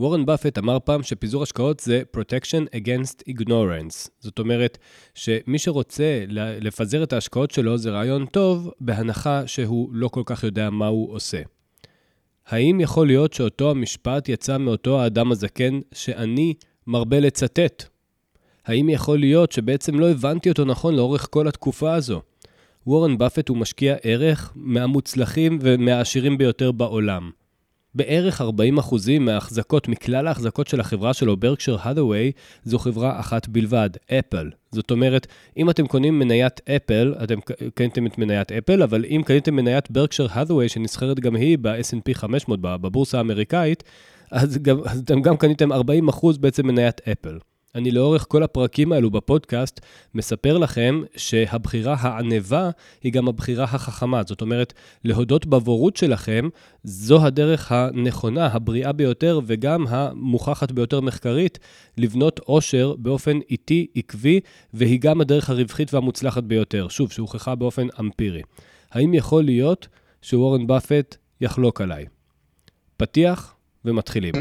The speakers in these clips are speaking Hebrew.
וורן באפט אמר פעם שפיזור השקעות זה protection against ignorance. זאת אומרת שמי שרוצה לפזר את ההשקעות שלו זה רעיון טוב, בהנחה שהוא לא כל כך יודע מה הוא עושה. האם יכול להיות שאותו המשפט יצא מאותו האדם הזקן שאני מרבה לצטט? האם יכול להיות שבעצם לא הבנתי אותו נכון לאורך כל התקופה הזו? וורן באפט הוא משקיע ערך מהמוצלחים ומהעשירים ביותר בעולם. בערך 40% מההחזקות, מכלל ההחזקות של החברה שלו, ברקשר האת'ווי, זו חברה אחת בלבד, אפל. זאת אומרת, אם אתם קונים מניית אפל, אתם קניתם את מניית אפל, אבל אם קניתם מניית ברקשר האת'ווי, שנסחרת גם היא ב-S&P 500, בבורסה האמריקאית, אז אתם גם קניתם 40% בעצם מניית אפל. אני לאורך כל הפרקים האלו בפודקאסט מספר לכם שהבחירה הענבה היא גם הבחירה החכמה. זאת אומרת, להודות בבורות שלכם, זו הדרך הנכונה, הבריאה ביותר וגם המוכחת ביותר מחקרית, לבנות עושר באופן איטי, עקבי, והיא גם הדרך הרווחית והמוצלחת ביותר. שוב, שהוכחה באופן אמפירי. האם יכול להיות שוורן באפט יחלוק עליי? פתיח ומתחילים.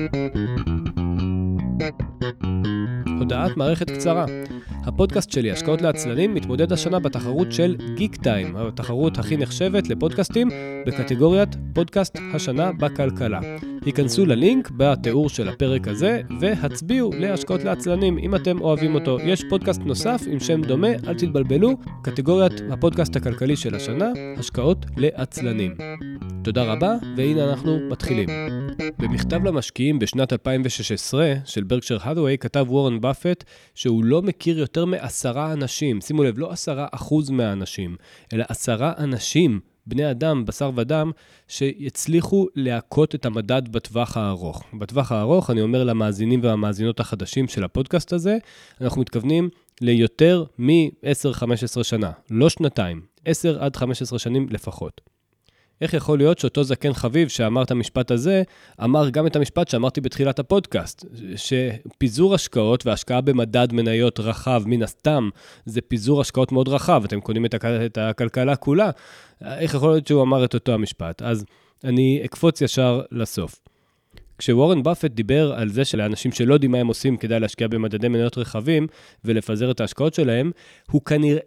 הודעת מערכת קצרה. הפודקאסט שלי, השקעות לעצלנים, מתמודד השנה בתחרות של גיק טיים, התחרות הכי נחשבת לפודקאסטים בקטגוריית פודקאסט השנה בכלכלה. היכנסו ללינק בתיאור של הפרק הזה והצביעו להשקעות לעצלנים אם אתם אוהבים אותו. יש פודקאסט נוסף עם שם דומה, אל תתבלבלו, קטגוריית הפודקאסט הכלכלי של השנה, השקעות לעצלנים. תודה רבה, והנה אנחנו מתחילים. במכתב למשקיעים בשנת 2016 של ברקשר האת'ווי כתב וורן באפט שהוא לא מכיר יותר מ10 אנשים, שימו לב, לא 10% מהאנשים, אלא 10 אנשים, בני אדם, בשר ודם, שיצליחו להכות את המדד בטווח הארוך. בטווח הארוך, אני אומר למאזינים והמאזינות החדשים של הפודקאסט הזה, אנחנו מתכוונים ליותר מ-10-15 שנה, לא שנתיים, 10 עד 15 שנים לפחות. איך יכול להיות שאותו זקן חביב שאמר את המשפט הזה, אמר גם את המשפט שאמרתי בתחילת הפודקאסט, שפיזור השקעות והשקעה במדד מניות רחב, מן הסתם, זה פיזור השקעות מאוד רחב, אתם קונים את הכלכלה כולה, איך יכול להיות שהוא אמר את אותו המשפט? אז אני אקפוץ ישר לסוף. כשוורן באפט דיבר על זה שלאנשים שלא יודעים מה הם עושים כדאי להשקיע במדדי מניות רחבים ולפזר את ההשקעות שלהם, הוא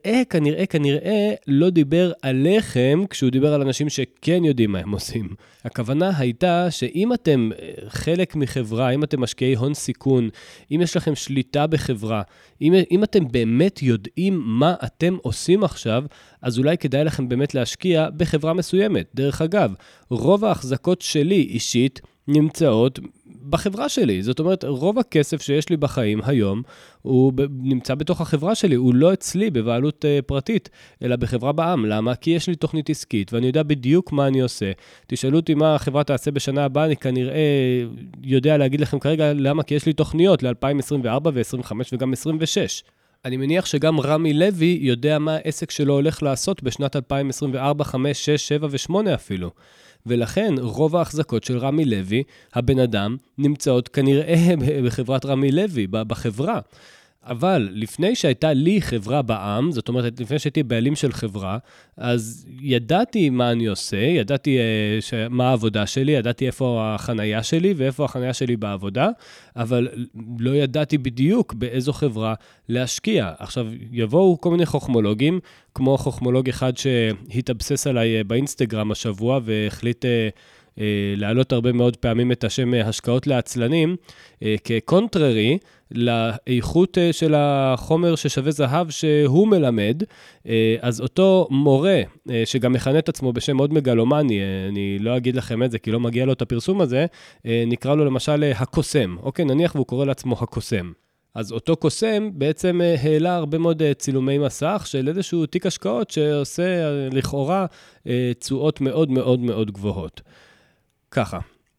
כנראה לא דיבר עליכם כשהוא דיבר על אנשים שכן יודעים מה הם עושים. הכוונה הייתה שאם אתם חלק מחברה, אם אתם משקיעי הון סיכון, אם יש לכם שליטה בחברה, אם אתם באמת יודעים מה אתם עושים עכשיו, אז אולי כדאי לכם באמת להשקיע בחברה מסוימת. דרך אגב, רוב ההחזקות שלי אישית נמצאות בחברה שלי. זאת אומרת, רוב הכסף שיש לי בחיים היום, הוא נמצא בתוך החברה שלי, הוא לא אצלי בבעלות פרטית, אלא בחברה בעם. למה? כי יש לי תוכנית עסקית, ואני יודע בדיוק מה אני עושה. תשאלו אותי מה החברה תעשה בשנה הבאה, אני כנראה יודע להגיד לכם כרגע למה, כי יש לי תוכניות ל-2024 ו-25 וגם 26. אני מניח שגם רמי לוי יודע מה העסק שלו הולך לעשות בשנת 2024, 5, 6, 7 ו-8 אפילו. ולכן רוב ההחזקות של רמי לוי, הבן אדם, נמצאות כנראה בחברת רמי לוי, בחברה. אבל לפני שהייתה לי חברה בעם, זאת אומרת, לפני שהייתי בעלים של חברה, אז ידעתי מה אני עושה, ידעתי מה העבודה שלי, ידעתי איפה החנייה שלי ואיפה החנייה שלי בעבודה, אבל לא ידעתי בדיוק באיזו חברה להשקיע. עכשיו, יבואו כל מיני חוכמולוגים, כמו חוכמולוג אחד שהתאבסס עליי באינסטגרם השבוע והחליט להעלות הרבה מאוד פעמים את השם השקעות לעצלנים, כקונטררי לאיכות של החומר ששווה זהב שהוא מלמד. אז אותו מורה, שגם מכנה את עצמו בשם מאוד מגלומני, אני לא אגיד לכם את זה כי לא מגיע לו את הפרסום הזה, נקרא לו למשל הקוסם, אוקיי, נניח והוא קורא לעצמו הקוסם. אז אותו קוסם בעצם העלה הרבה מאוד צילומי מסך של איזשהו תיק השקעות שעושה לכאורה תשואות מאוד מאוד מאוד גבוהות. ככה,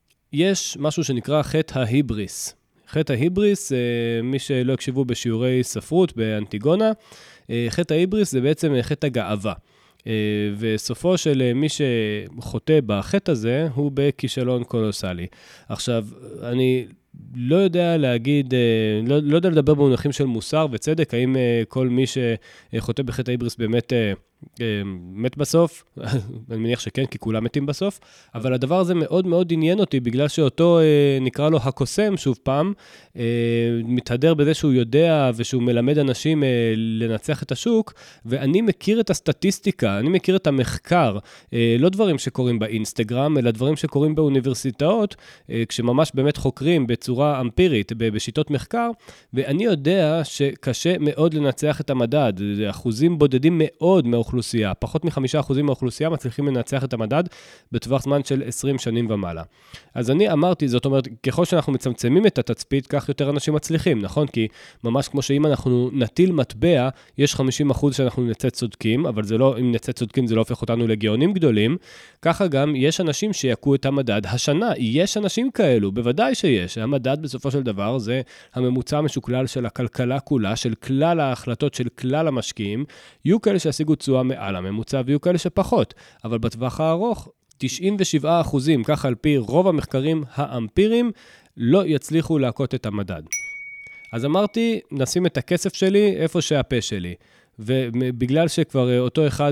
יש משהו שנקרא חטא ההיבריס. חטא ההיבריס, מי שלא הקשיבו בשיעורי ספרות באנטיגונה, חטא ההיבריס זה בעצם חטא הגאווה. וסופו של מי שחוטא בחטא הזה הוא בכישלון קולוסלי. עכשיו, אני לא יודע להגיד, לא יודע לדבר במונחים של מוסר וצדק, האם כל מי שחוטא בחטא ההיבריס באמת מת בסוף, אני מניח שכן, כי כולם מתים בסוף, אבל הדבר הזה מאוד מאוד עניין אותי, בגלל שאותו, נקרא לו הקוסם, שוב פעם, מתהדר בזה שהוא יודע ושהוא מלמד אנשים לנצח את השוק, ואני מכיר את הסטטיסטיקה, אני מכיר את המחקר, לא דברים שקורים באינסטגרם, אלא דברים שקורים באוניברסיטאות, כשממש באמת חוקרים בצורה אמפירית, בשיטות מחקר, ואני יודע שקשה מאוד לנצח את המדד, אחוזים בודדים מאוד מהאוכלוסייה, פחות מ5% מהאוכלוסייה מצליחים לנצח את המדד בטווח זמן של 20 שנים ומעלה. אז אני אמרתי, זאת אומרת, ככל שאנחנו מצמצמים את התצפית, כך יותר אנשים מצליחים, נכון? כי ממש כמו שאם אנחנו נטיל מטבע, יש 50% שאנחנו נצא צודקים, אבל זה לא, אם נצא צודקים זה לא הופך אותנו לגאונים גדולים, ככה גם יש אנשים שיקו את המדד השנה, יש אנשים כאלו, בוודאי שיש. המדד בסופו של דבר זה הממוצע המשוקלל של הכלכלה כולה, של כלל ההחלטות של כלל המשקיעים, יהיו כאלה שישיגו תשואה מעל הממוצע ויהיו כאלה שפחות, אבל בטווח הארוך, 97%, ככה על פי רוב המחקרים האמפיריים, לא יצליחו להכות את המדד. אז אמרתי, נשים את הכסף שלי איפה שהפה שלי. ובגלל שכבר אותו אחד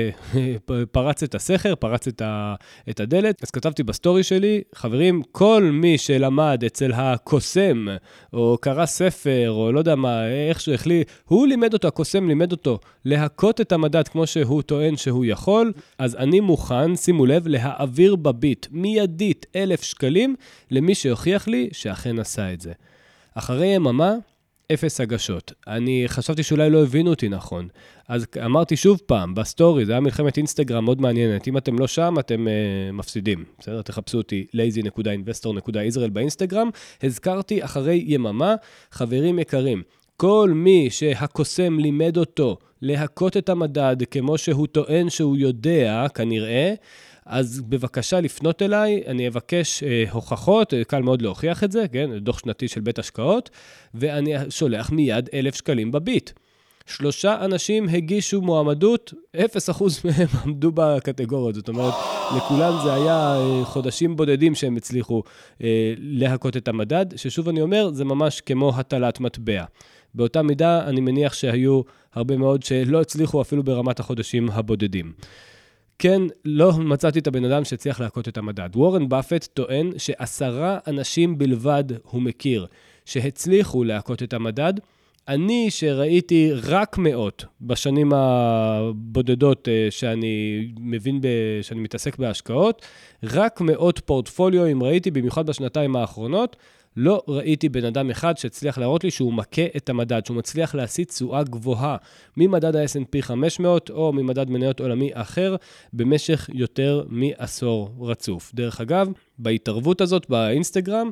פרץ את הסכר, פרץ את הדלת, אז כתבתי בסטורי שלי, חברים, כל מי שלמד אצל הקוסם, או קרא ספר, או לא יודע מה, איך שהחליט, הוא לימד אותו, הקוסם לימד אותו, להכות את המדד כמו שהוא טוען שהוא יכול, אז אני מוכן, שימו לב, להעביר בביט מיידית 1,000 שקלים, למי שהוכיח לי שאכן עשה את זה. אחרי יממה, 0 הגשות. אני חשבתי שאולי לא הבינו אותי נכון. אז אמרתי שוב פעם, בסטורי, זה היה מלחמת אינסטגרם מאוד מעניינת. אם אתם לא שם, אתם מפסידים. בסדר? תחפשו אותי lazy.investor.israel באינסטגרם. הזכרתי אחרי יממה, חברים יקרים, כל מי שהקוסם לימד אותו להכות את המדד כמו שהוא טוען שהוא יודע, כנראה, אז בבקשה לפנות אליי, אני אבקש הוכחות, קל מאוד להוכיח את זה, כן? דוח שנתי של בית השקעות, ואני שולח מיד 1,000 שקלים בביט. 3 אנשים הגישו מועמדות, 0% מהם עמדו בקטגוריות, זאת אומרת, לכולם זה היה חודשים בודדים שהם הצליחו להכות את המדד, ששוב אני אומר, זה ממש כמו הטלת מטבע. באותה מידה אני מניח שהיו הרבה מאוד שלא הצליחו אפילו ברמת החודשים הבודדים. כן, לא מצאתי את הבן אדם שהצליח להכות את המדד. וורן באפט טוען ש10 אנשים בלבד הוא מכיר שהצליחו להכות את המדד. אני שראיתי רק מאות בשנים הבודדות שאני מבין שאני מתעסק בהשקעות, רק מאות פורטפוליו, ראיתי במיוחד בשנתיים האחרונות, לא ראיתי בן אדם אחד שהצליח להראות לי שהוא מכה את המדד, שהוא מצליח להשיג תשואה גבוהה ממדד ה-S&P 500 או ממדד מניות עולמי אחר במשך יותר מעשור רצוף. דרך אגב, בהתערבות הזאת באינסטגרם,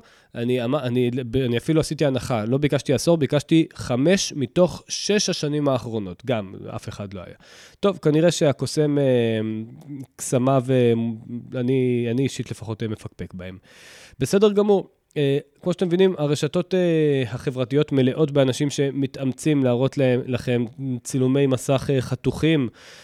אני אפילו עשיתי הנחה, לא ביקשתי עשור, ביקשתי 5 מתוך 6 השנים האחרונות, גם אף אחד לא היה. טוב, כנראה שהקוסם קסמה ואני אישית לפחות מפקפק בהם. בסדר גמור. כמו שאתם מבינים, הרשתות החברתיות מלאות באנשים שמתאמצים להראות לכם צילומי מסך חתוכים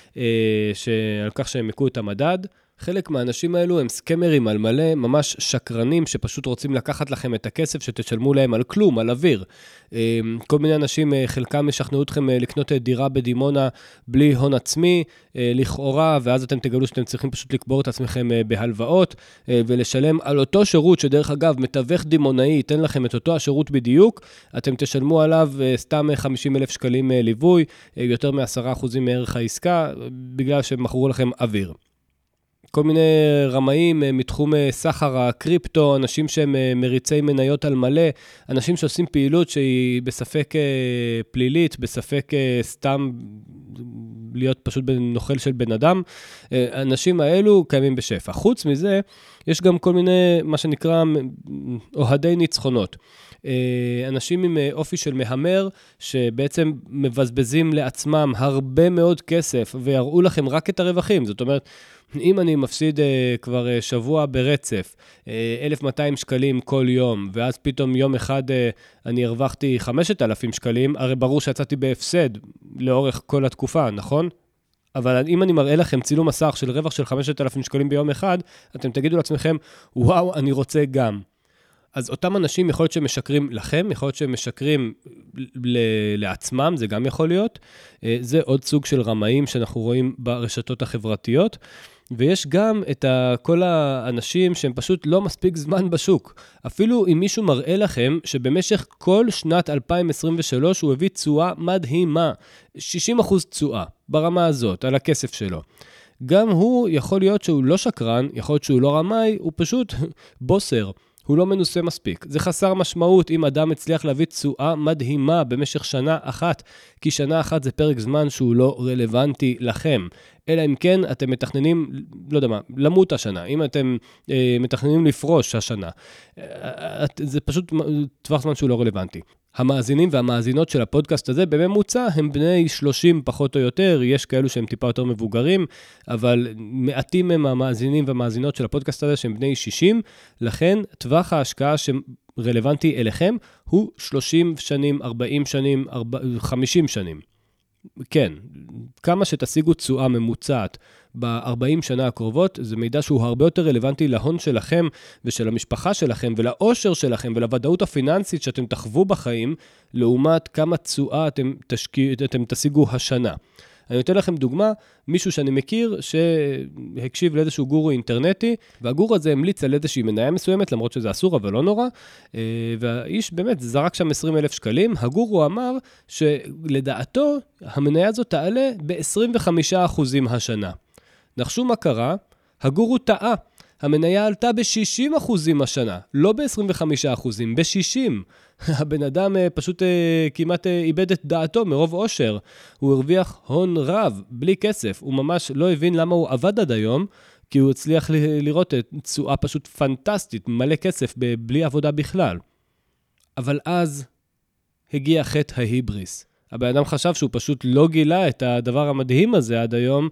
על כך שהם מקו את המדד. חלק מהאנשים האלו הם סקמרים על מלא, ממש שקרנים שפשוט רוצים לקחת לכם את הכסף שתשלמו להם על כלום, על אוויר. כל מיני אנשים, חלקם משכנעו אתכם לקנות דירה בדימונה בלי הון עצמי, לכאורה, ואז אתם תגלו שאתם צריכים פשוט לקבור את עצמכם בהלוואות, ולשלם על אותו שירות שדרך אגב מתווך דימונאי ייתן לכם את אותו השירות בדיוק, אתם תשלמו עליו סתם 50,000 שקלים ליווי, יותר מ10% מערך העסקה, בגלל שמכרו לכם אוויר. כל מיני רמאים מתחום סחר הקריפטו, אנשים שהם מריצי מניות על מלא, אנשים שעושים פעילות שהיא בספק פלילית, בספק סתם להיות פשוט נוכל של בן אדם. אנשים האלו קיימים בשפע. חוץ מזה, יש גם כל מיני, מה שנקרא, אוהדי ניצחונות. אנשים עם אופי של מהמר, שבעצם מבזבזים לעצמם הרבה מאוד כסף, ויראו לכם רק את הרווחים. זאת אומרת, אם אני מפסיד כבר שבוע ברצף, 1,200 שקלים כל יום, ואז פתאום יום אחד אני הרווחתי 5,000 שקלים, הרי ברור שיצאתי בהפסד לאורך כל התקופה, נכון? אבל אם אני מראה לכם צילום מסך של רווח של 5,000 שקלים ביום אחד, אתם תגידו לעצמכם, וואו, אני רוצה גם. אז אותם אנשים יכול להיות שהם משקרים לכם, יכול להיות שהם משקרים לעצמם, זה גם יכול להיות. זה עוד סוג של רמאים שאנחנו רואים ברשתות החברתיות. ויש גם את כל האנשים שהם פשוט לא מספיק זמן בשוק. אפילו אם מישהו מראה לכם שבמשך כל שנת 2023 הוא הביא תשואה מדהימה, 60% תשואה ברמה הזאת, על הכסף שלו. גם הוא יכול להיות שהוא לא שקרן, יכול להיות שהוא לא רמאי, הוא פשוט בוסר. הוא לא מנוסה מספיק. זה חסר משמעות אם אדם הצליח להביא תשואה מדהימה במשך שנה אחת, כי שנה אחת זה פרק זמן שהוא לא רלוונטי לכם. אלא אם כן אתם מתכננים, לא יודע מה, למות השנה, אם אתם מתכננים לפרוש השנה. זה פשוט טווח זמן שהוא לא רלוונטי. המאזינים והמאזינות של הפודקאסט הזה בממוצע הם בני 30 פחות או יותר, יש כאלו שהם טיפה יותר מבוגרים, אבל מעטים הם המאזינים והמאזינות של הפודקאסט הזה שהם בני 60, לכן טווח ההשקעה שרלוונטי אליכם הוא 30 שנים, 40 שנים, 50 שנים. כן, כמה שתשיגו תשואה ממוצעת ב-40 שנה הקרובות, זה מידע שהוא הרבה יותר רלוונטי להון שלכם ושל המשפחה שלכם ולאושר שלכם ולוודאות הפיננסית שאתם תחוו בחיים, לעומת כמה תשואה אתם תשיגו השנה. אני אתן לכם דוגמה, מישהו שאני מכיר שהקשיב לאיזשהו גורו אינטרנטי, והגורו הזה המליץ על איזושהי מניה מסוימת, למרות שזה אסור אבל לא נורא, והאיש באמת זרק שם 20,000 שקלים, הגורו אמר שלדעתו המניה הזאת תעלה ב-25% השנה. נחשו מה קרה? הגורו טעה. המניה עלתה ב-60% השנה, לא ב-25%, ב-60%. הבן אדם פשוט כמעט איבד את דעתו מרוב עושר. הוא הרוויח הון רב, בלי כסף. הוא ממש לא הבין למה הוא עבד עד היום, כי הוא הצליח לראות תשואה פשוט פנטסטית, מלא כסף, בלי עבודה בכלל. אבל אז הגיע חטא ההיבריס. הבן אדם חשב שהוא פשוט לא גילה את הדבר המדהים הזה עד היום,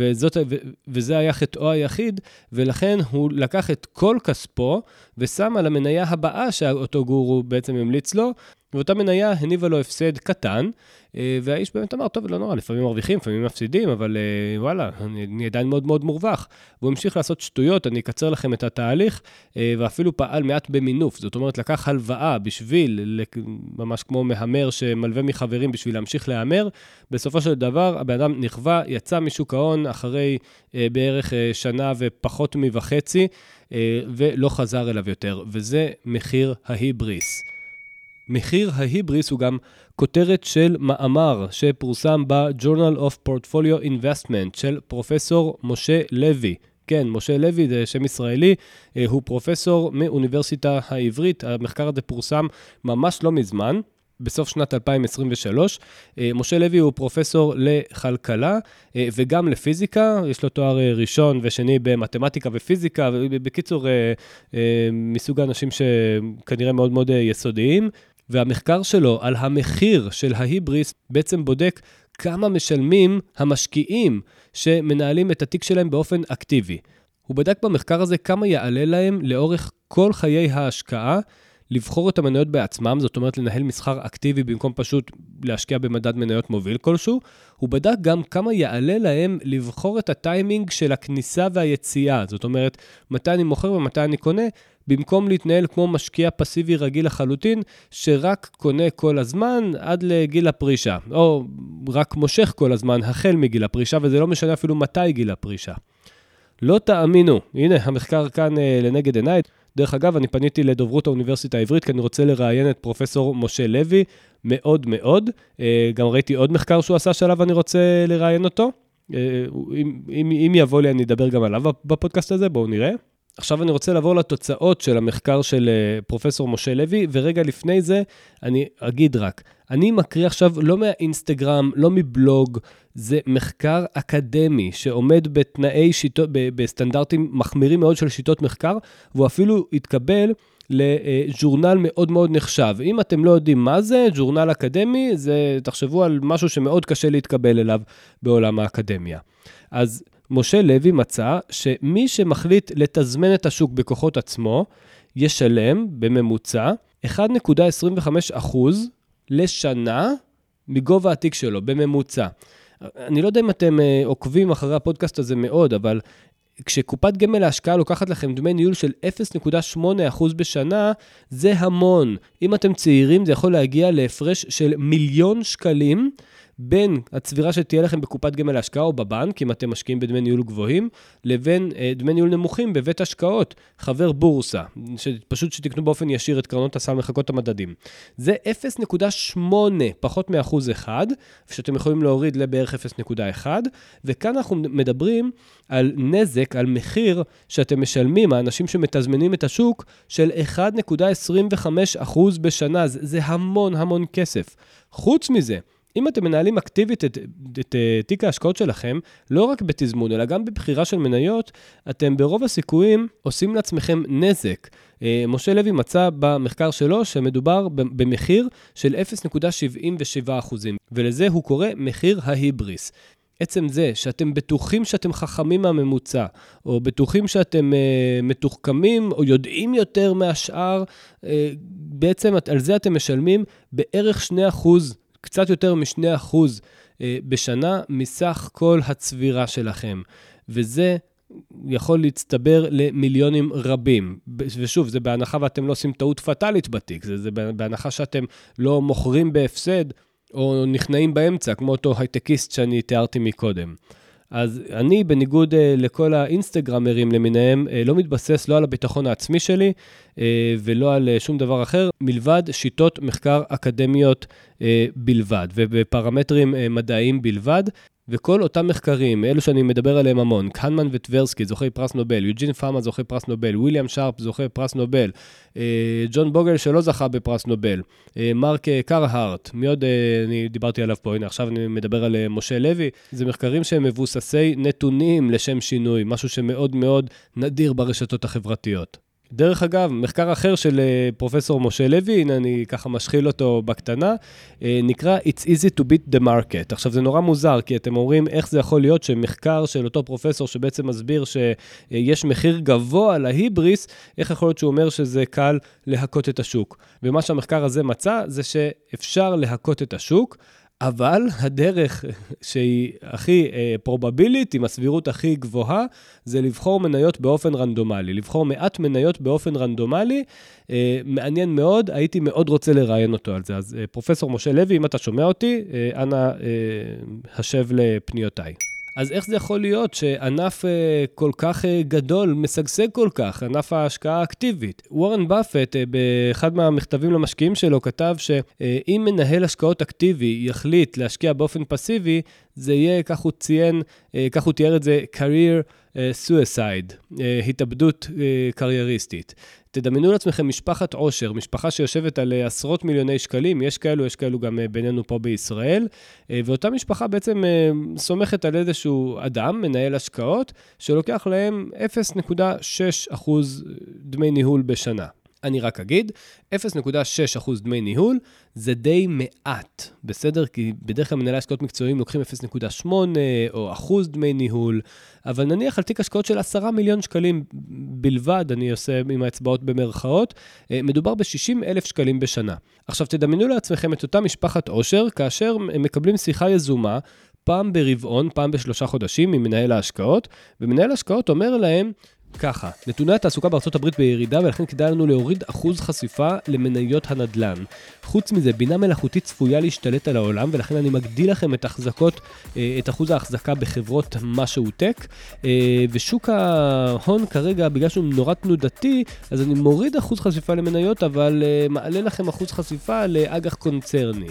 וזה היה חטאו היחיד, ולכן הוא לקח את כל כספו, ושם על המניה הבאה שאותו גורו בעצם המליץ לו, ואותה מניה הניבה לו הפסד קטן, והאיש באמת אמר, טוב, לא נורא, לפעמים מרוויחים, לפעמים מפסידים, אבל וואלה, אני עדיין מאוד מאוד מורווח. והוא המשיך לעשות שטויות, אני אקצר לכם את התהליך, ואפילו פעל מעט במינוף. זאת אומרת, לקח הלוואה בשביל, ממש כמו מהמר שמלווה מחברים בשביל להמשיך להמר. בסופו של דבר, הבן אדם נכווה, יצא משוק ההון אחרי בערך שנה ופחות מחצי, ולא חזר אליו יותר. וזה מחיר ההיבריס. מחיר ההיבריס הוא גם כותרת של מאמר שפורסם ב-Journal of Portfolio Investment של פרופסור משה לוי. כן, משה לוי זה שם ישראלי, הוא פרופסור מאוניברסיטה העברית, המחקר הזה פורסם ממש לא מזמן, בסוף שנת 2023. משה לוי הוא פרופסור לכלכלה וגם לפיזיקה, יש לו תואר ראשון ושני במתמטיקה ופיזיקה, ובקיצור מסוג האנשים שכנראה מאוד מאוד יסודיים, והמחקר שלו על המחיר של ההיבריס בעצם בודק כמה משלמים המשקיעים שמנהלים את התיק שלהם באופן אקטיבי. הוא בדק במחקר הזה כמה יעלה להם לאורך כל חיי ההשקעה, לבחור את המניות בעצמם, זאת אומרת לנהל מסחר אקטיבי במקום פשוט להשקיע במדד מניות מוביל כלשהו. הוא בדק גם כמה יעלה להם לבחור את הטיימינג של הכניסה והיציאה, זאת אומרת מתי אני מוכר ומתי אני קונה, במקום להתנהל כמו משקיע פסיבי רגיל לחלוטין, שרק קונה כל הזמן עד לגיל הפרישה, או רק מושך כל הזמן החל מגיל הפרישה, וזה לא משנה אפילו מתי גיל הפרישה. לא תאמינו, הנה המחקר כאן לנגד עיניי. דרך אגב, אני פניתי לדוברות האוניברסיטה העברית, כי אני רוצה לראיין את פרופסור משה לוי, מאוד מאוד. גם ראיתי עוד מחקר שהוא עשה שעליו אני רוצה לראיין אותו. אם יבוא לי אני אדבר גם עליו בפודקאסט הזה, בואו נראה. עכשיו אני רוצה לעבור לתוצאות של המחקר של פרופסור משה לוי, ורגע לפני זה אני אגיד רק, אני מקריא עכשיו לא מהאינסטגרם, לא מבלוג, זה מחקר אקדמי שעומד בתנאי שיטות, בסטנדרטים מחמירים מאוד של שיטות מחקר, והוא אפילו התקבל לג'ורנל מאוד מאוד נחשב. אם אתם לא יודעים מה זה, ג'ורנל אקדמי, זה תחשבו על משהו שמאוד קשה להתקבל אליו בעולם האקדמיה. אז משה לוי מצא שמי שמחליט לתזמן את השוק בכוחות עצמו, ישלם בממוצע 1.25% לשנה מגובה התיק שלו, בממוצע. אני לא יודע אם אתם עוקבים אחרי הפודקאסט הזה מאוד, אבל כשקופת גמל להשקעה לוקחת לכם דמי ניהול של 0.8% בשנה, זה המון. אם אתם צעירים, זה יכול להגיע להפרש של $1,000,000 בין הצבירה שתהיה לכם בקופת גמל להשקעה או בבנק, אם אתם משקיעים בדמי ניהול גבוהים, לבין דמי ניהול נמוכים בבית השקעות, חבר בורסה, פשוט שתקנו באופן ישיר את קרנות הסל מחלקות המדדים. זה 0.8, פחות מ1%, שאתם יכולים להוריד לבערך 0.1, וכאן אנחנו מדברים על נזק, על מחיר שאתם משלמים, האנשים שמתזמנים את השוק, של 1.25% בשנה, זה המון המון כסף. חוץ מזה, אם אתם מנהלים אקטיבית את תיק ההשקעות שלכם, לא רק בתזמון, אלא גם בבחירה של מניות, אתם ברוב הסיכויים עושים לעצמכם נזק. משה לוי מצא במחקר שלו שמדובר במחיר של 0.77%, ולזה הוא קורא מחיר ההיבריס. עצם זה שאתם בטוחים שאתם חכמים מהממוצע, או בטוחים שאתם מתוחכמים, או יודעים יותר מהשאר, בעצם על זה אתם משלמים בערך 2%, קצת יותר מ2% בשנה מסך כל הצבירה שלכם. וזה יכול להצטבר למיליונים רבים. ושוב, זה בהנחה ואתם לא עושים טעות פטלית בתיק, זה בהנחה שאתם לא מוכרים בהפסד, או נכנעים באמצע, כמו אותו הייטקיסט שאני תיארתי מקודם. אז אני, בניגוד לכל האינסטגרמרים למיניהם, לא מתבסס לא על הביטחון העצמי שלי, ולא על שום דבר אחר, מלבד שיטות מחקר אקדמיות בלבד, ובפרמטרים מדעיים בלבד, וכל אותם מחקרים, אלו שאני מדבר עליהם המון, קהנמן וטברסקי, זוכי פרס נובל, יוג'ין פאמה זוכי פרס נובל, וויליאם שרפ זוכי פרס נובל, ג'ון בוגל שלא זכה בפרס נובל, מרק קרהארט, מי עוד אני דיברתי עליו פה, הנה עכשיו אני מדבר על משה לוי, זה מחקרים שהם מבוססי נתונים לשם שינוי, משהו שמאוד מאוד נדיר ברשתות החברתיות. דרך אגב, מחקר אחר של פרופסור משה לוי, הנה אני ככה משחיל אותו בקטנה, נקרא It's easy to beat the market. עכשיו זה נורא מוזר, כי אתם אומרים איך זה יכול להיות שמחקר של אותו פרופסור שבעצם מסביר שיש מחיר גבוה להיבריס, איך יכול להיות שהוא אומר שזה קל להכות את השוק. ומה שהמחקר הזה מצא זה שאפשר להכות את השוק, אבל הדרך שהיא הכי פרובבילית, עם הסבירות הכי גבוהה, זה לבחור מניות באופן רנדומלי. לבחור מעט מניות באופן רנדומלי, מעניין מאוד, הייתי מאוד רוצה לראיין אותו על זה. אז פרופסור משה לוי, אם אתה שומע אותי, אנא השב לפניותיי. אז איך זה יכול להיות שענף כל כך גדול, משגשג כל כך, ענף ההשקעה האקטיבית? וורן באפט, באחד מהמכתבים למשקיעים שלו, כתב שאם מנהל השקעות אקטיבי יחליט להשקיע באופן פסיבי, זה יהיה, כך הוא ציין, כך הוא תיאר את זה, career suicide, התאבדות קרייריסטית. תדמיינו לעצמכם משפחת עושר, משפחה שיושבת על עשרות מיליוני שקלים, יש כאלו גם בינינו פה בישראל, ואותה משפחה בעצם סומכת על איזשהו אדם, מנהל השקעות, שלוקח להם 0.6% דמי ניהול בשנה. אני רק אגיד, 0.6% דמי ניהול זה די מעט, בסדר? כי בדרך כלל מנהלי השקעות מקצועיים לוקחים 0.8 או 1% דמי ניהול, אבל נניח על תיק השקעות של 10 מיליון שקלים בלבד, אני עושה עם האצבעות במרכאות, מדובר ב-60,000 שקלים בשנה. עכשיו תדמיינו לעצמכם את אותה משפחת עושר, כאשר הם מקבלים שיחה יזומה, פעם ברבעון, פעם ב3 חודשים ממנהל ההשקעות, ומנהל ההשקעות אומר להם, ככה, נתוני התעסוקה בארצות הברית בירידה, ולכן כדאי לנו להוריד אחוז חשיפה למניות הנדל"ן. חוץ מזה, בינה מלאכותית צפויה להשתלט על העולם, ולכן אני מגדיל לכם את אחוז ההחזקה בחברות משהו טק, ושוק ההון כרגע, בגלל שהוא נורא תנודתי, אז אני מוריד אחוז חשיפה למניות, אבל מעלה לכם אחוז חשיפה לאג"ח קונצרני.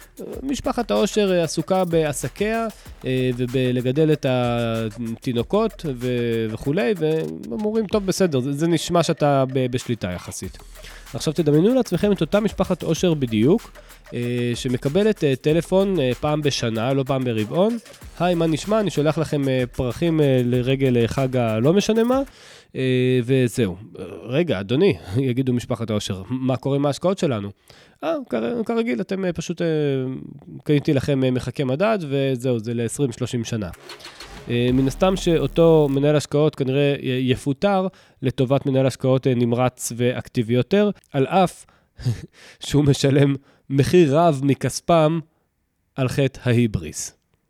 משפחת העושר עסוקה בעסקיה ובלגדל את התינוקות וכולי, ואומרים, טוב בסדר, זה נשמע שאתה בשליטה יחסית. עכשיו תדמיינו לעצמכם את אותה משפחת עושר בדיוק, שמקבלת טלפון פעם בשנה, לא פעם ברבעון. היי, מה נשמע? אני שולח לכם פרחים לרגל חג הלא משנה מה, וזהו. רגע, אדוני, יגידו משפחת העושר, מה קורה עם ההשקעות שלנו? כרגיל, אתם פשוט קניתי לכם מחכה מדד, וזהו, זה ל-20-30 שנה. מן הסתם שאותו מנהל השקעות כנראה יפוטר לטובת מנהל השקעות נמרץ ואקטיבי יותר, על אף שהוא משלם מחיר רב מכספם על חטא ההיבריס.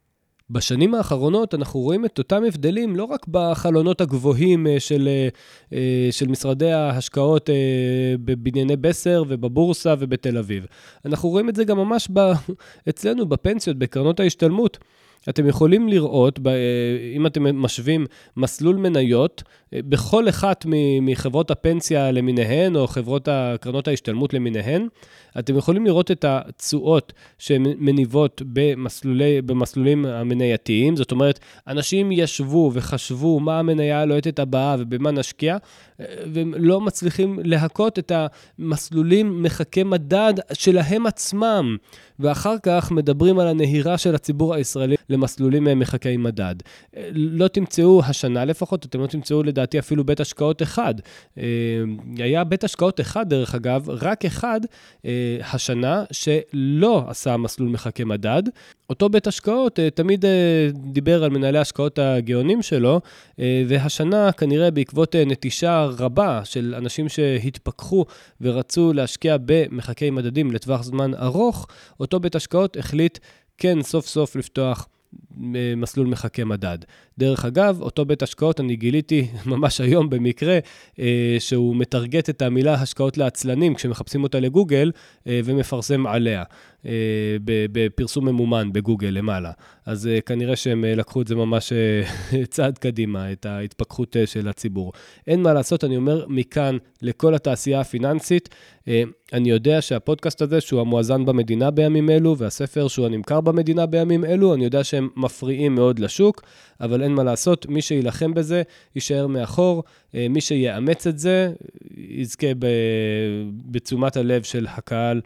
בשנים האחרונות אנחנו רואים את אותם הבדלים לא רק בחלונות הגבוהים של משרדי ההשקעות בבנייני בסר ובבורסה ובתל אביב. אנחנו רואים את זה גם ממש אצלנו בפנסיות, בקרנות ההשתלמות. אתם יכולים לראות, אם אתם משווים מסלול מניות, בכל אחת מחברות הפנסיה למיניהן, או חברות קרנות ההשתלמות למיניהן, אתם יכולים לראות את התשואות שמניבות במסלולים המנייתיים. זאת אומרת, אנשים ישבו וחשבו מה המניה הלוהטת הבאה ובמה נשקיע, והם לא מצליחים להכות את המסלולים מחכי מדד שלהם עצמם. ואחר כך מדברים על הנהירה של הציבור הישראלי למסלולים מחכי מדד. לא תמצאו השנה לפחות, אתם לא תמצאו לדעתי אפילו בית השקעות אחד. היה בית השקעות אחד דרך אגב, רק אחד השנה שלא עשה מסלול מחכי מדד. אותו בית השקעות תמיד דיבר על מנהלי השקעות הגאונים שלו, והשנה כנראה בעקבות נטישה רבה של אנשים שהתפכחו ורצו להשקיע במחכי מדדים לטווח זמן ארוך, אותו בית השקעות החליט כן סוף סוף לפתוח מסלול מחכה מדד. דרך אגב, אותו בית השקעות אני גיליתי ממש היום במקרה, שהוא מטרגט את המילה השקעות לעצלנים כשמחפשים אותה לגוגל ומפרסם עליה בפרסום ממומן בגוגל למעלה. אז כנראה שהם לקחו את זה ממש צעד קדימה, את ההתפכחות של הציבור. אין מה לעשות, אני אומר מכאן לכל התעשייה הפיננסית, אני יודע שהפודקאסט הזה שהוא המואזן במדינה בימים אלו, והספר שהוא הנמכר במדינה בימים אלו, אני יודע שהם מפריעים מאוד לשוק, אבל אין מה לעשות, מי שילחם בזה יישאר מאחור, מי שיאמץ את זה יזכה בתשומת הלב של הקהל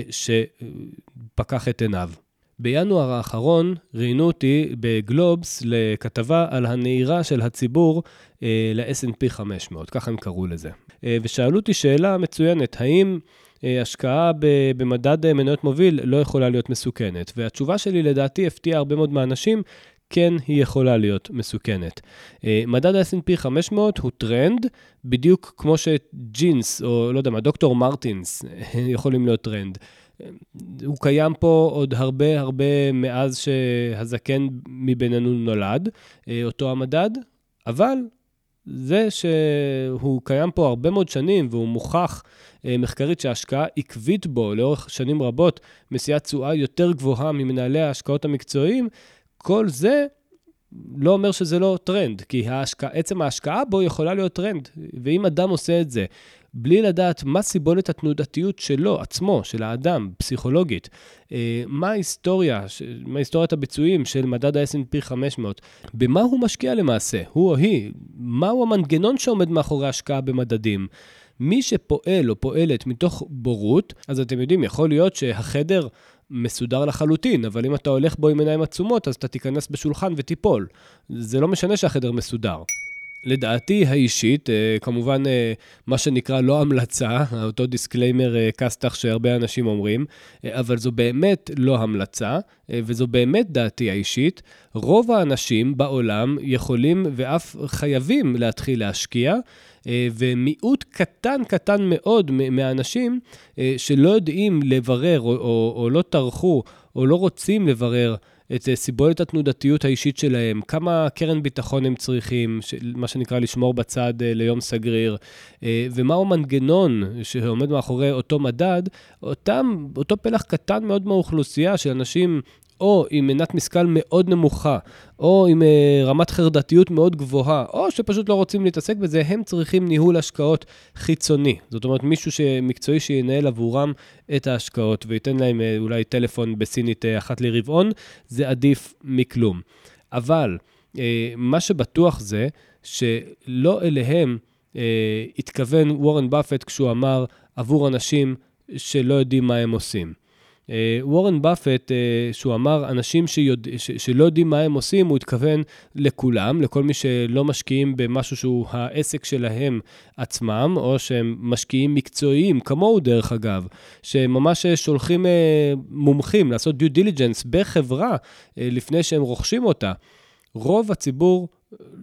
שפקח את עיניו. בינואר האחרון ראיינו אותי בגלובס לכתבה על הנהירה של הציבור ל-S&P 500, ככה הם קראו לזה. ושאלו אותי שאלה מצוינת, האם השקעה במדד מניות מוביל לא יכולה להיות מסוכנת? והתשובה שלי לדעתי הפתיעה הרבה מאוד מהאנשים, כן היא יכולה להיות מסוכנת. מדד ה-S&P 500 הוא טרנד, בדיוק כמו שג'ינס, או לא יודע מה, דוקטור מרטינס, יכולים להיות טרנד. הוא קיים פה עוד הרבה מאז שהזקן מבינינו נולד, אותו המדד, אבל זה שהוא קיים פה הרבה מאוד שנים, והוא מוכח מחקרית שההשקעה עקבית בו לאורך שנים רבות, מסיעת תשואה יותר גבוהה ממנהלי ההשקעות המקצועיים, כל זה לא אומר שזה לא טרנד, כי עצם ההשקעה בו יכולה להיות טרנד, ואם אדם עושה את זה, בלי לדעת מה סיבולת התנודתיות שלו, עצמו, של האדם, פסיכולוגית, מה היסטוריית הביצועים של מדד ה-S&P 500, במה הוא משקיע למעשה, הוא או היא, מהו המנגנון שעומד מאחורי ההשקעה במדדים, מי שפועל או פועלת מתוך בורות, אז אתם יודעים, יכול להיות שהחדר מסודר לחלוטין, אבל אם אתה הולך בו עם עיניים עצומות, אז אתה תיכנס בשולחן ותיפול. זה לא משנה שהחדר מסודר. לדעתי האישית, כמובן מה שנקרא לא המלצה, אותו דיסקליימר קסטח שהרבה אנשים אומרים, אבל זו באמת לא המלצה, וזו באמת דעתי האישית. רוב האנשים בעולם יכולים ואף חייבים להתחיל להשקיע, ומיעוט קטן מאוד מהאנשים שלא יודעים לברר או לא טרחו או לא רוצים לברר את סיבולת התנודתיות האישית שלהם, כמה קרן ביטחון הם צריכים, מה שנקרא לשמור בצד ליום סגריר, ומהו מנגנון שעומד מאחורי אותו מדד, אותו פלח קטן מאוד מהאוכלוסייה של אנשים או עם מנת משכל מאוד נמוכה, או עם רמת חרדתיות מאוד גבוהה, או שפשוט לא רוצים להתעסק בזה, הם צריכים ניהול השקעות חיצוני. זאת אומרת, מישהו מקצועי שינהל עבורם את ההשקעות, וייתן להם אולי טלפון בסינית אחת לרבעון, זה עדיף מכלום. אבל מה שבטוח זה, שלא אליהם התכוון וורן באפט כשהוא אמר עבור אנשים שלא יודעים מה הם עושים. וורן באפט, שהוא אמר, אנשים שלא יודעים מה הם עושים, הוא התכוון לכולם, לכל מי שלא משקיעים במשהו שהוא העסק שלהם עצמם, או שהם משקיעים מקצועיים, כמוהו דרך אגב, שממש שולחים מומחים לעשות due diligence בחברה, לפני שהם רוכשים אותה. רוב הציבור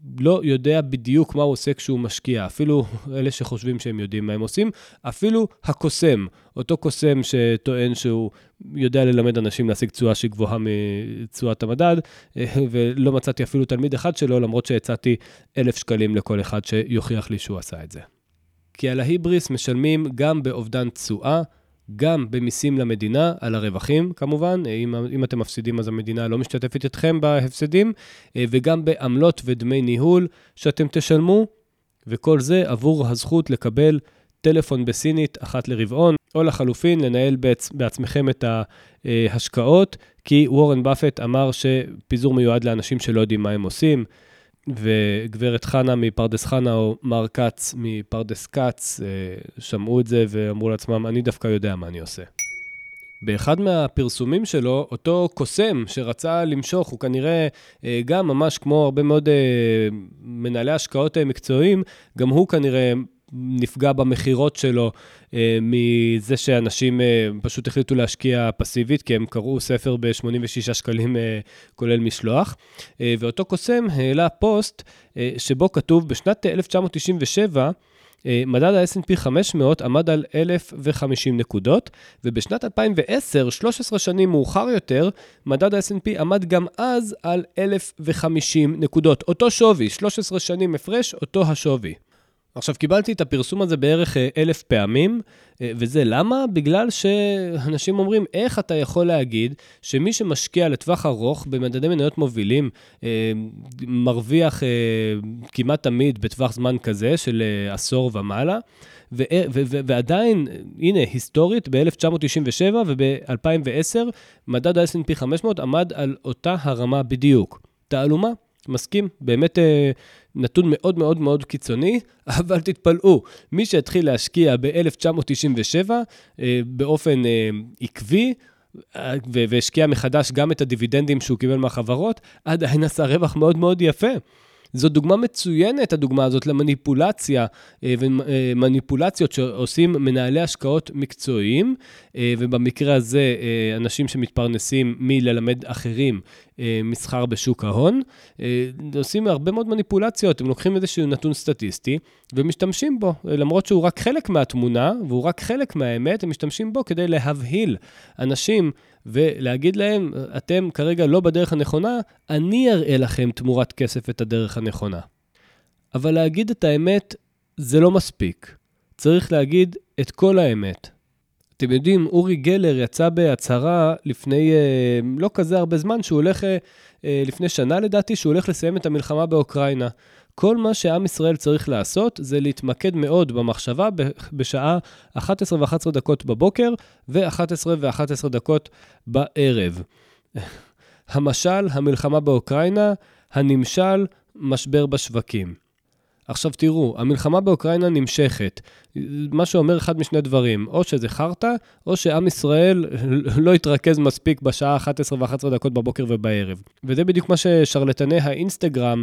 לא יודע בדיוק מה הוא עושה כשהוא משקיע, אפילו אלה שחושבים שהם יודעים מה הם עושים, אפילו הקוסם, אותו קוסם שטוען שהוא יודע ללמד אנשים להשיג תשואה שהיא גבוהה מתשואת המדד, ולא מצאתי אפילו תלמיד אחד שלו, למרות שהצעתי 1,000 שקלים לכל אחד שיוכיח לי שהוא עשה את זה. כי על ההיבריס משלמים גם באובדן תשואה, גם במיסים למדינה, על הרווחים כמובן, אם אתם מפסידים אז המדינה לא משתתפת אתכם בהפסדים, וגם בעמלות ודמי ניהול שאתם תשלמו, וכל זה עבור הזכות לקבל טלפון בסינית אחת לרבעון, או לחלופין לנהל בעצמכם את ההשקעות, כי וורן באפט אמר שפיזור מיועד לאנשים שלא יודעים מה הם עושים, וגברת חנה מפרדס חנה או מר קץ מפרדס קץ שמעו את זה ואמרו לעצמם, אני דווקא יודע מה אני עושה. באחד מהפרסומים שלו, אותו קוסם שרצה למשוך, הוא כנראה גם ממש כמו הרבה מאוד מנהלי השקעות מקצועיים, גם הוא כנראה נפגע במחירות שלו מזה שאנשים פשוט החליטו להשקיע פסיבית, כי הם קראו ספר ב-86 שקלים כולל משלוח. ואותו קוסם העלה פוסט שבו כתוב בשנת 1997, מדד ה-S&P 500 עמד על 1,050 נקודות, ובשנת 2010, 13 שנים מאוחר יותר, מדד ה-S&P עמד גם אז על 1,050 נקודות. אותו שווי, 13 שנים הפרש, אותו השווי. עכשיו, קיבלתי את הפרסום הזה בערך 1,000 פעמים, וזה למה? בגלל שאנשים אומרים, איך אתה יכול להגיד שמי שמשקיע לטווח ארוך במדדי מניות מובילים, מרוויח כמעט תמיד בטווח זמן כזה של עשור ומעלה, ועדיין, הנה, היסטורית, ב-1997 וב-2010, מדד ה-S&P 500 עמד על אותה הרמה בדיוק. תעלומה? מסכים, באמת נתון מאוד מאוד מאוד קיצוני, אבל תתפלאו, מי שהתחיל להשקיע ב-1997 באופן עקבי, והשקיע מחדש גם את הדיבידנדים שהוא קיבל מהחברות, עדיין עשה רווח מאוד מאוד יפה. זו דוגמה מצוינת, הדוגמה הזאת, למניפולציה ומניפולציות שעושים מנהלי השקעות מקצועיים, ובמקרה הזה אנשים שמתפרנסים מללמד אחרים מסחר בשוק ההון, עושים הרבה מאוד מניפולציות, הם לוקחים איזשהו נתון סטטיסטי ומשתמשים בו, למרות שהוא רק חלק מהתמונה והוא רק חלק מהאמת, הם משתמשים בו כדי להבהיל אנשים ולהגיד להם, אתם כרגע לא בדרך הנכונה, אני אראה לכם תמורת כסף את הדרך הנכונה. אבל להגיד את האמת זה לא מספיק. צריך להגיד את כל האמת. אתם יודעים, אורי גלר יצא בהצהרה לפני לא כזה הרבה זמן, שהוא הולך, לפני שנה לדעתי, שהוא הולך לסיים את המלחמה באוקראינה. כל מה שעם ישראל צריך לעשות זה להתמקד מאוד במחשבה בשעה 11:11 דקות בבוקר ו-11:11 דקות בערב. המשל, המלחמה באוקראינה, הנמשל, משבר בשווקים. עכשיו תראו, המלחמה באוקראינה נמשכת. מה שאומר אחד משני דברים, או שזה חרטה, או שעם ישראל לא יתרכז מספיק בשעה 11:11 דקות בבוקר ובערב. וזה בדיוק מה ששרלטני האינסטגרם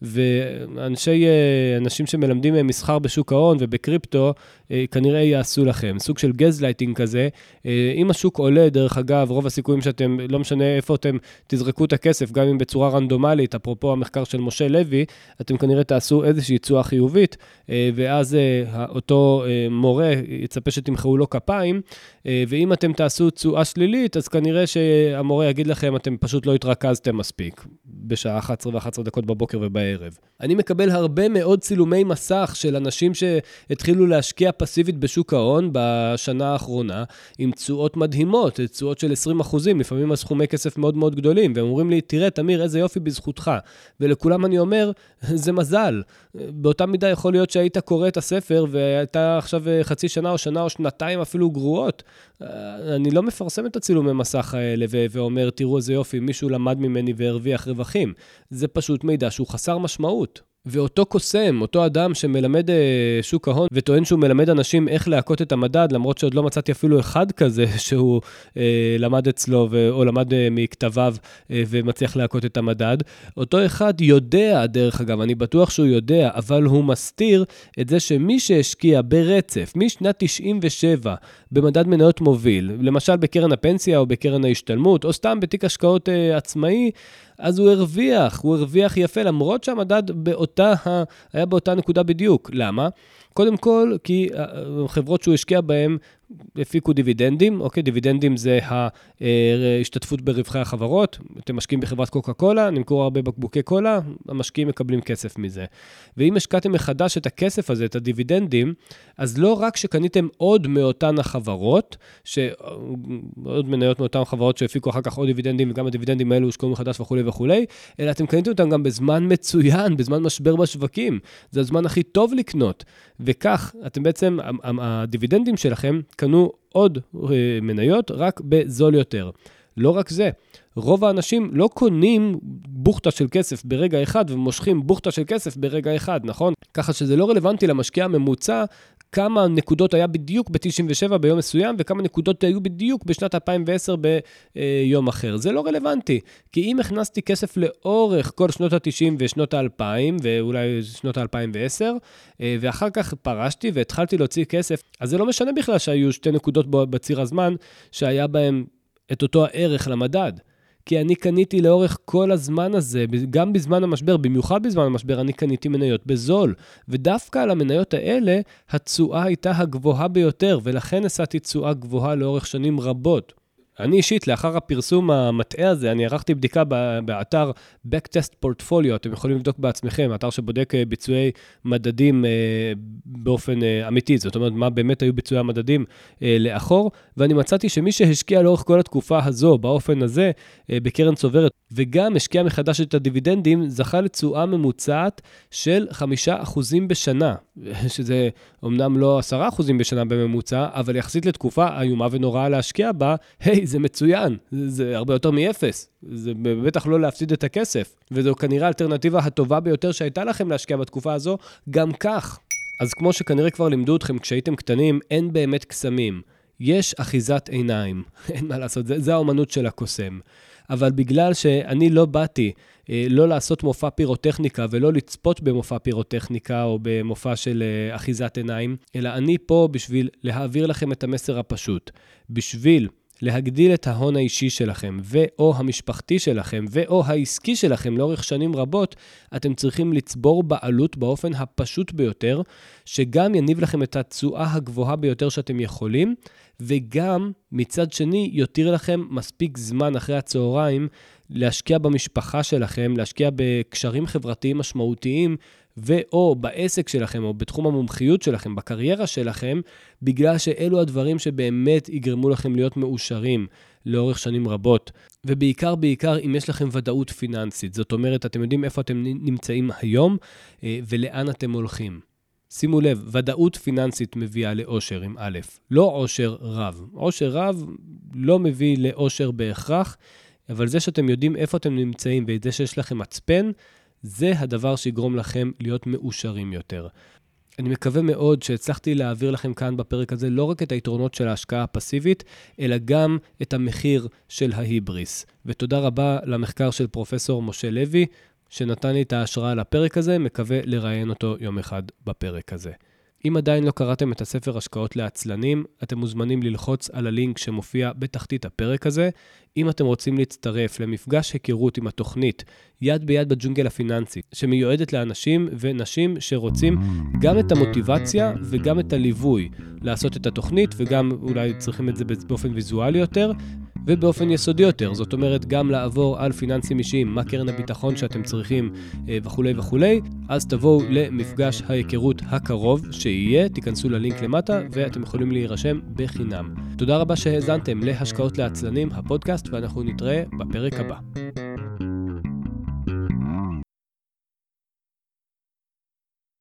ואנשים שמלמדים מסחר בשוק ההון ובקריפטו, כנראה יעשו לכם. סוג של גזלייטינג כזה. אם השוק עולה, דרך אגב, רוב הסיכויים שאתם, לא משנה איפה אתם תזרקו את הכסף, גם אם בצורה רנדומלית, אפרופו המחקר של משה לוי, אתם כנראה תעשו איזושהי תשואה חיובית, ואז אותו מורה יצפה שתמחאו לו כפיים, ואם אתם תעשו תשואה שלילית, אז כנראה שהמורה יגיד לכם, אתם פשוט לא התרכזתם מספיק, בשעה 11:11 דקות בבוקר ובערב. אני מקבל הרבה מאוד צילומי מסך של אנשים שהתחילו להשקיע פסיבית בשוק ההון בשנה האחרונה, עם תשואות מדהימות, תשואות של 20%, לפעמים הסכומי כסף מאוד מאוד גדולים, והם אומרים לי, תראה, תמיר, איזה יופי בזכותך. ולכולם אני אומר, זה מזל. באותה מידה יכול להיות שהיית קורא את הספר, והייתה עכשיו חצי שנה או שנה או שנתיים אפילו גרועות. אני לא מפרסם את הצילומי מסך האלה, ואומר, תראו איזה יופי, מישהו למד ממני והרוויח רווחים. זה פשוט מידע שהוא חסר משמעות. ואותו קוסם, אותו אדם שמלמד שוק ההון, וטוען שהוא מלמד אנשים איך להכות את המדד, למרות שעוד לא מצאתי אפילו אחד כזה שהוא למד אצלו, או למד מכתביו ומצליח להכות את המדד. אותו אחד יודע, דרך אגב, אני בטוח שהוא יודע, אבל הוא מסתיר את זה שמי שהשקיע ברצף, משנת 97, במדד מניות מוביל, למשל בקרן הפנסיה או בקרן ההשתלמות, או סתם בתיק השקעות עצמאי, אז הוא הרוויח יפה, למרות שהמדד היה באותה נקודה בדיוק. למה? קודם כל, כי חברות שהוא השקיע בהן הפיקו דיבידנדים, אוקיי, דיבידנדים זה ההשתתפות ברווחי החברות, אתם משקיעים בחברת קוקה קולה, נמכור הרבה בקבוקי קולה, המשקיעים מקבלים כסף מזה. ואם השקעתם מחדש את הכסף הזה, את הדיבידנדים, אז לא רק שקניתם עוד מאותן החברות, עוד מניות מאותן חברות שהפיקו אחר כך עוד דיבידנדים, וגם הדיבידנדים האלו הושקעו מחדש וכו' וכו', אלא אתם קניתם אותם גם בזמן מצוין, בזמן משבר בשווקים. זה הזמן הכי טוב לקנות. וכך, אתם בעצם, הדיבידנדים שלכם קנו עוד מניות רק בזול יותר. לא רק זה, רוב האנשים לא קונים בוכתה של כסף ברגע אחד ומושכים בוכתה של כסף ברגע אחד, נכון? ככה שזה לא רלוונטי למשקיע הממוצע כמה נקודות היה בדיוק ב-97 ביום מסוים, וכמה נקודות היו בדיוק בשנת 2010 ביום אחר. זה לא רלוונטי, כי אם הכנסתי כסף לאורך כל שנות ה-90 ושנות ה-2000, ואולי שנות ה-2010, ואחר כך פרשתי והתחלתי להוציא כסף, אז זה לא משנה בכלל שהיו שתי נקודות בציר הזמן, שהיה בהם את אותו הערך למדד. כי אני קניתי לאורך כל הזמן הזה, גם בזמן המשבר, במיוחד בזמן המשבר, אני קניתי מניות בזול. ודווקא על המניות האלה, התשואה הייתה הגבוהה ביותר, ולכן עשיתי תשואה גבוהה לאורך שנים רבות. אני אישית, לאחר הפרסום המטעה הזה, אני ערכתי בדיקה באתר Backtest Portfolio, אתם יכולים לבדוק בעצמכם, אתר שבודק ביצועי מדדים באופן אמיתי, זאת אומרת, מה באמת היו ביצועי המדדים לאחור, ואני מצאתי שמי שהשקיע לאורך כל התקופה הזו, באופן הזה, בקרן צוברת, וגם השקיע מחדש את הדיבידנדים, זכה לתשואה ממוצעת של 5% בשנה, שזה אומנם לא 10% בשנה בממוצע, אבל יחסית לתקופה איומה ונוראה להשקיע בה, זה מצוין, זה הרבה יותר מאפס, זה בטח לא להפסיד את הכסף, וזו כנראה האלטרנטיבה הטובה ביותר שהייתה לכם להשקיע בתקופה הזו, גם כך. אז כמו שכנראה כבר לימדו אתכם כשהייתם קטנים, אין באמת קסמים, יש אחיזת עיניים, אין מה לעשות, זה האומנות של הקוסם. אבל בגלל שאני לא באתי לא לעשות מופע פירוטכניקה ולא לצפות במופע פירוטכניקה או במופע של אחיזת עיניים, אלא אני פה בשביל להעביר לכם את המסר הפשוט, בשביל להגדיל את ההון האישי שלכם, ואו המשפחתי שלכם, ואו העסקי שלכם לאורך שנים רבות, אתם צריכים לצבור בעלות באופן הפשוט ביותר, שגם יניב לכם את התשואה הגבוהה ביותר שאתם יכולים, וגם מצד שני יותיר לכם מספיק זמן אחרי הצהריים, להשקיע במשפחה שלכם, להשקיע בקשרים חברתיים משמעותיים, ואו בעסק שלכם, או בתחום המומחיות שלכם, בקריירה שלכם, בגלל שאלו הדברים שבאמת יגרמו לכם להיות מאושרים לאורך שנים רבות. ובעיקר, אם יש לכם ודאות פיננסית, זאת אומרת, אתם יודעים איפה אתם נמצאים היום, ולאן אתם הולכים. שימו לב, ודאות פיננסית מביאה לאושר עם א', לא עושר רב. עושר רב לא מביא לאושר בהכרח, אבל זה שאתם יודעים איפה אתם נמצאים, ואת זה שיש לכם מצפן, זה הדבר שיגרום לכם להיות מאושרים יותר. אני מקווה מאוד שהצלחתי להעביר לכם כאן בפרק הזה לא רק את היתרונות של ההשקעה הפסיבית, אלא גם את המחיר של ההיבריס. ותודה רבה למחקר של פרופסור משה לוי, שנתן לי את ההשראה לפרק הזה, מקווה לראיין אותו יום אחד בפרק הזה. אם עדיין לא קראתם את הספר השקעות לעצלנים, אתם מוזמנים ללחוץ על הלינק שמופיע בתחתית הפרק הזה. אם אתם רוצים להצטרף למפגש היכרות עם התוכנית יד ביד בג'ונגל הפיננסי, שמיועדת לאנשים ונשים שרוצים גם את המוטיבציה וגם את הליווי לעשות את התוכנית, וגם אולי צריכים את זה באופן ויזואלי יותר, ובאופן יסודי יותר, זאת אומרת גם לעבור על פיננסים אישיים, מה קרן הביטחון שאתם צריכים וכו' וכו', אז תבואו למפגש ההיכרות הקרוב שיהיה, תיכנסו ללינק למטה ואתם יכולים להירשם בחינם. תודה רבה שהאזנתם להשקעות לעצלנים, הפודקאסט, ואנחנו נתראה בפרק הבא.